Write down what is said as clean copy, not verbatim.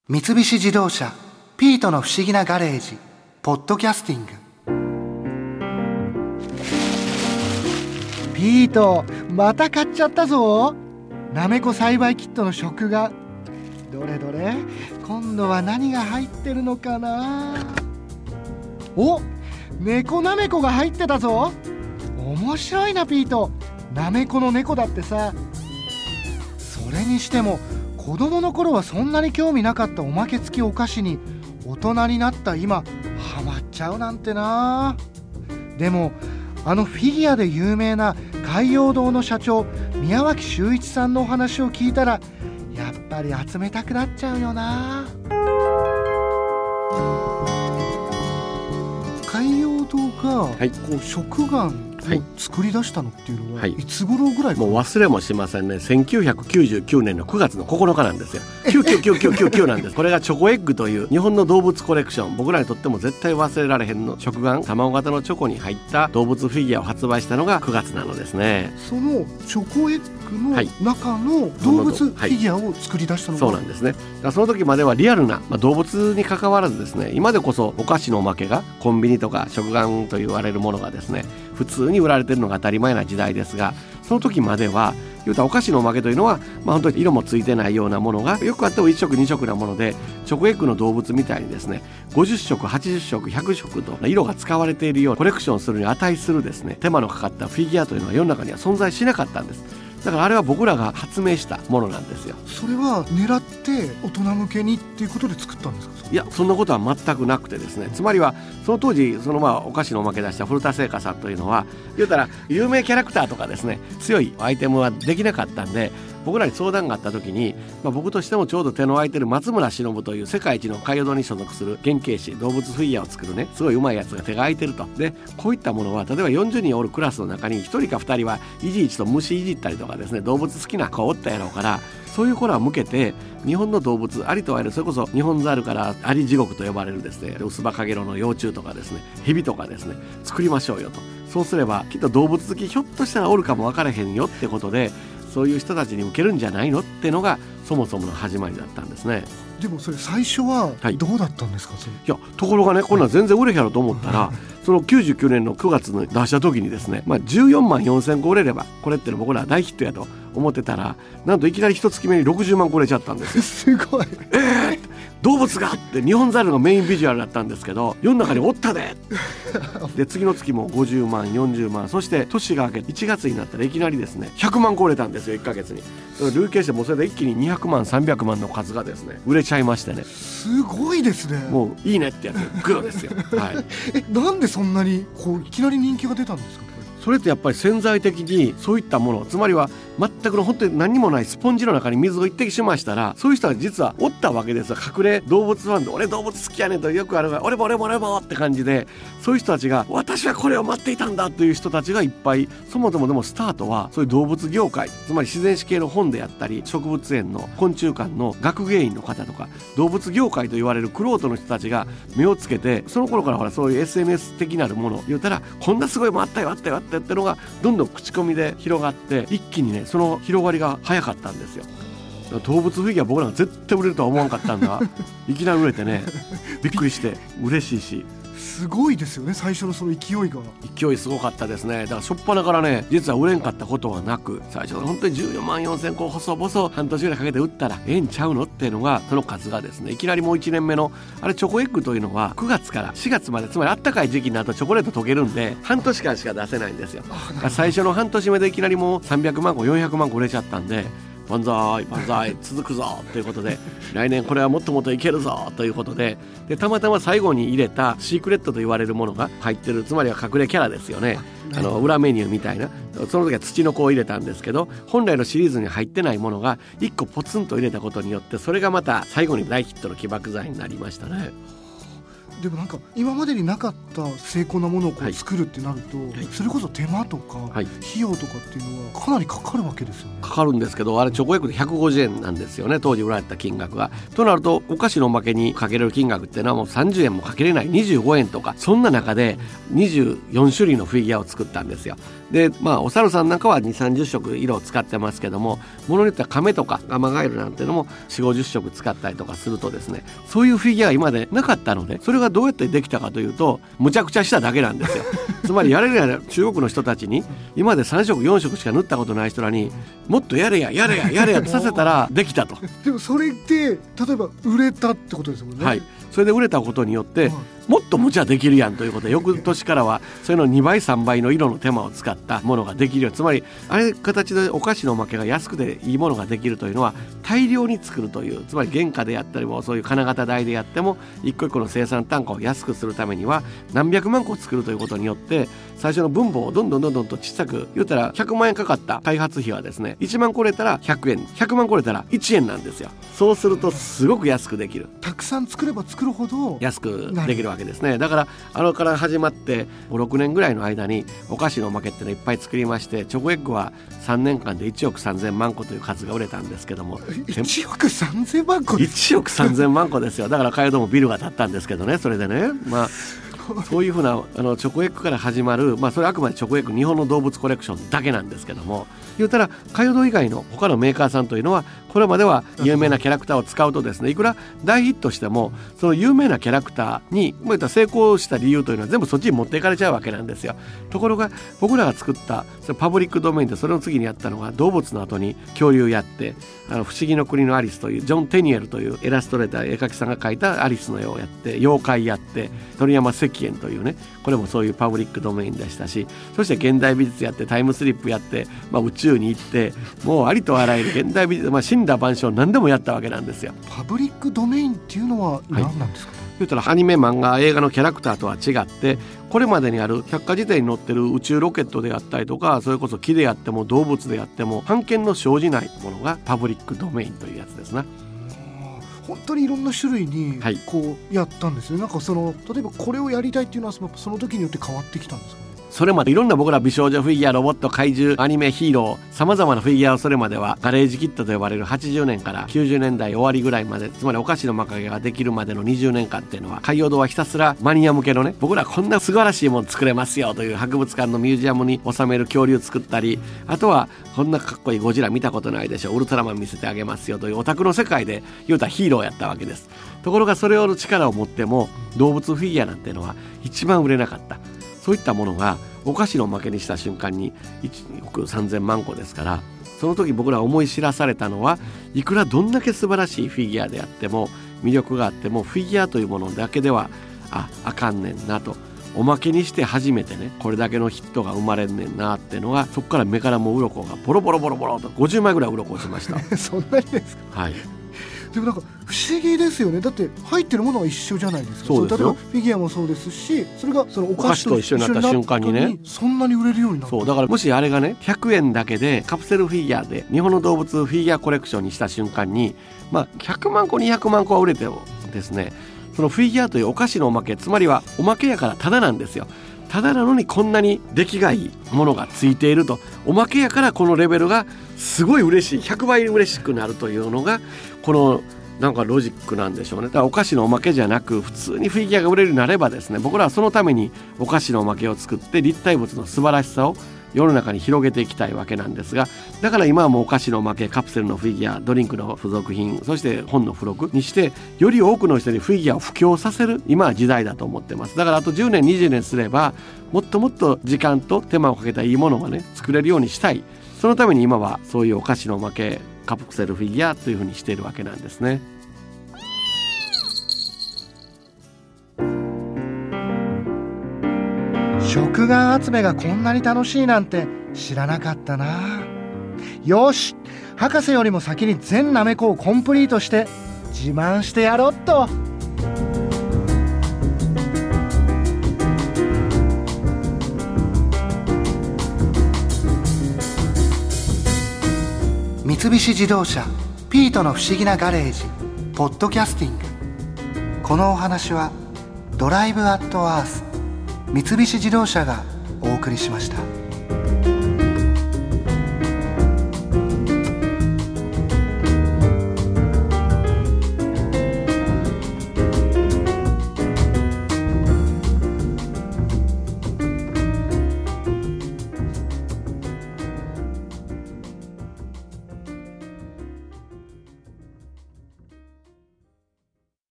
三菱自動車ピートの不思議なガレージポッドキャスティング。 ピート、また買っちゃったぞ。なめこ栽培キットの食玩。どれどれ、今度は何が入ってるのかな。お、猫なめこが入ってたぞ。面白いなピート、なめこの猫だってさ。それにしても子供の頃はそんなに興味なかったおまけ付きお菓子に大人になった今ハマっちゃうなんてな。でもあのフィギュアで有名な海洋堂の社長宮脇修一さんのお話を聞いたらやっぱり集めたくなっちゃうよな。海洋堂がこう食玩を作り出したのっていうのは、いつ頃ぐらいかな。 もう忘れもしませんね。1999年の9月の9日なんですよ。99999なんです。これがチョコエッグという日本の動物コレクション、僕らにとっても絶対忘れられへんの食玩、卵型のチョコに入った動物フィギュアを発売したのが9月なのですね。 そのチョコエッグの中の動物フィギュアを作り出したのが、 そうなんですね。だからその時まではリアルな、動物に関わらずですね、今でこそお菓子のおまけがコンビニとか食玩と言われるものがですね普通に売られているのが当たり前な時代ですが、その時までは言うたらお菓子のおまけというのは、本当に色もついてないようなものがよくあっても1色2色なもので、チョコエッグの動物みたいにですね50色80色100色と色が使われているようなコレクションするに値するですね手間のかかったフィギュアというのは世の中には存在しなかったんです。だからあれは僕らが発明したものなんですよ。 それは狙って大人向けにっていうことで作ったんですか。 いや、そんなことは全くなくてですね、つまりはその当時お菓子のおまけ出した古田製菓さんというのは言うたら有名キャラクターとかですね強いアイテムはできなかったんで、僕らに相談があった時に、僕としてもちょうど手の空いてる松村忍という世界一の海洋堂に所属する原型師、動物フィギュアを作るねすごい上手いやつが手が空いてると。でこういったものは例えば40人おるクラスの中に1人か2人はいちいちと虫いじったりとかですね動物好きな子おったやろうから、そういう子らを向けて日本の動物ありとあらゆる、それこそ日本ザルからアリ地獄と呼ばれるですねウスバカゲロウの幼虫とかですねヘビとかですね作りましょうよと。そうすればきっと動物好きひょっとしたらおるかも分からへんよってことで、そういう人たちに受けるんじゃないのってのがそもそもの始まりだったんですね。 でもそれ最初はどうだったんですか。それいや、ところがね、こんなん全然売れへんやろと思ったら、その99年の9月に出した時にですね、14万4000個売れればこれっての僕ら大ヒットやと思ってたら、なんといきなり一月目に60万個売れちゃったんですよ。 すごい。 動物がって日本ザルのメインビジュアルだったんですけど、世の中におったでで次の月も50万40万、そして年が明け1月になったらいきなりですね100万個売れたんですよ。1ヶ月に累計してもうそれで一気に200万300万の数がですね売れちゃいましてね。 すごいですね。 もういいねってやつグーですよ。 なんでそんなにいきなり人気が出たんですか。 それってやっぱり潜在的にそういったもの、つまりは全くの本当に何にもないスポンジの中に水を一滴しましたら、そういう人が実はおったわけですよ。隠れ動物ファンで俺動物好きやねんとよくあるが俺も俺も俺もって感じで、そういう人たちが私はこれを待っていたんだという人たちがいっぱい。そもそもでもスタートはそういう動物業界、つまり自然史系の本であったり植物園の昆虫館の学芸員の方とか動物業界と言われる玄人の人たちが目をつけて、その頃からそういう SNS 的なるものを言うたらこんなすごいもんあったよあったよあったよってのがどんどん口コミで広がって、一気にねその広がりが早かったんですよ。動物フィギュア僕らが絶対売れるとは思わなかったんだいきなり売れてねびっくりして嬉しいし、 すごいですよね。最初のその勢いすごかったですね。だから初っ端からね実は売れんかったことはなく、最初本当に14万4000個細々半年ぐらいかけて売ったらええんちゃうのっていうのがその数がですね、いきなりもう1年目のあれチョコエッグというのは9月から4月まで、つまりあったかい時期になるとチョコレート溶けるんで半年間しか出せないんですよ。最初の半年目でいきなりもう300万個400万個売れちゃったんで、万歳万歳続くぞということで来年これはもっともっといけるぞということで、たまたま最後に入れたシークレットと言われるものが入ってる、つまりは隠れキャラですよね。裏メニューみたいな、その時は土の子を入れたんですけど、本来のシリーズに入ってないものが1個ポツンと入れたことによって、それがまた最後に大ヒットの起爆剤になりましたね。 でもなんか今までになかった精巧なものを作るってなると、それこそ手間とか費用とかっていうのはかなりかかるわけですよね。 かかるんですけど、あれチョコエッグで150円なんですよね、当時売られた金額が。となるとお菓子のおまけにかけれる金額っていうのはもう30円もかけれない25円とか、そんな中で24種類のフィギュアを作ったんですよ。 でお猿さんなんかは 2,30 色色を使ってますけども、ものによっては亀とかアマガエルなんていうのも 4,50 色使ったりとかするとですね、そういうフィギュアが今までなかったので、それがどうやってできたかというと、むちゃくちゃしただけなんですよつまりやれるやれ中国の人たちに、今まで3色4色しか塗ったことない人らにもっとやれややれややれやとさせたらできたとでもそれで例えば売れたってことですもんね。 はい、それで売れたことによって、もっと無茶できるやんということで、翌年からはそれの2倍3倍の色の手間を使ったものができるように、つまりあれ形でお菓子のおまけが安くていいものができるというのは大量に作るという、つまり原価でやったりもそういう金型代でやっても一個一個の生産単価を安くするためには何百万個作るということによって、最初の分母をどんどんと小さく、言うたら100万円かかった開発費はですね、1万個売れたら100円、100万個売れたら1円なんですよ。そうするとすごく安くできる、 たくさん作れば作るほど安くできるわけですね。だからから始まって5、6年ぐらいの間にお菓子のおまけってのいっぱい作りまして、チョコエッグは3年間で1億3000万個という数が売れたんですけども、 1億3000万個 1億3000万個ですよ。だからカヨドもビルが建ったんですけどね。それでね、そういうふうなチョコエッグから始まる、それはあくまでチョコエッグ日本の動物コレクションだけなんですけども、言うたらカヨド以外の他のメーカーさんというのはこれまでは有名なキャラクターを使うとですね、いくら大ヒットしてもその有名なキャラクターに言ったら成功した理由というのは全部そっちに持っていかれちゃうわけなんですよ。ところが僕らが作ったそれパブリックドメインで、それの次にやったのが動物の後に恐竜やって、不思議の国のアリスというジョン・テニエルというイラストレーター絵描きさんが描いたアリスの絵をやって、妖怪やって、鳥山石燕というね、これもそういうパブリックドメインでしたし、そして現代美術やってタイムスリップやって、宇宙に行って、もうありとあらゆる現代美術、神羅万象何でもやったわけなんですよ。 パブリックドメインっていうのは何なんですか？ 言うたらアニメ漫画映画のキャラクターとは違って、これまでにある百科事典に載ってる宇宙ロケットであったりとか、それこそ木であっても動物であっても版権の生じないものがパブリックドメインというやつですね。 本当にいろんな種類にこうやったんですね。なんか例えばこれをやりたいっていうのはその時によって変わってきたんですかね。 それまでいろんな僕ら美少女フィギュア、ロボット、怪獣、アニメ、ヒーロー、さまざまなフィギュアをそれまではガレージキットと呼ばれる80年から90年代終わりぐらいまで、つまりお菓子のまかげができるまでの20年間っていうのは、海洋堂はひたすらマニア向けのね、僕らこんな素晴らしいもの作れますよという博物館のミュージアムに収める恐竜作ったり、あとはこんなかっこいいゴジラ見たことないでしょ、ウルトラマン見せてあげますよというオタクの世界で言うたらヒーローやったわけです。ところがそれを力を持っても動物フィギュアなんていうのは一番売れなかった。そういったものがお菓子のおまけにした瞬間に1億3000万個ですから、その時僕ら思い知らされたのは、いくらどんだけ素晴らしいフィギュアであっても魅力があっても、フィギュアというものだけではあかんねんなと、おまけにして初めてね、これだけのヒットが生まれんねんなっていうのが、そこから目からもう鱗がボロボロボロボロと50枚ぐらい鱗落ちましたそんなにですか？はい。でもなんか不思議ですよね。だって入ってるものは一緒じゃないですか。 そうですよ。 例えばフィギュアもそうですし、それがそのお菓子と一緒になった瞬間にね、 そんなに売れるようになった。 そうだから、もしあれがね100円だけでカプセルフィギュアで日本の動物フィギュアコレクションにした瞬間に、100万個200万個は売れてもですね、そのフィギュアというお菓子のおまけ、つまりはおまけやからタダなんですよ。タダなのにこんなに出来がいいものがついていると、おまけやからこのレベルがすごい嬉しい、100倍嬉しくなるというのがこのなんかロジックなんでしょうね。だからお菓子のおまけじゃなく普通にフィギュアが売れるようになればですね、僕らはそのためにお菓子のおまけを作って立体物の素晴らしさを世の中に広げていきたいわけなんですが、だから今はもうお菓子のおまけ、カプセルのフィギュア、ドリンクの付属品、そして本の付録にしてより多くの人にフィギュアを布教させる今は時代だと思ってます。だからあと10年20年すればもっともっと時間と手間をかけたいいものがね作れるようにしたい。そのために今はそういうお菓子のおまけ、カプセルフィギュアというふうにしているわけなんですね。 食玩集めがこんなに楽しいなんて知らなかったな。よし、博士よりも先に全なめこをコンプリートして自慢してやろっと。 三菱自動車ピートの不思議なガレージポッドキャスティング。このお話はドライブアットアース三菱自動車がお送りしました。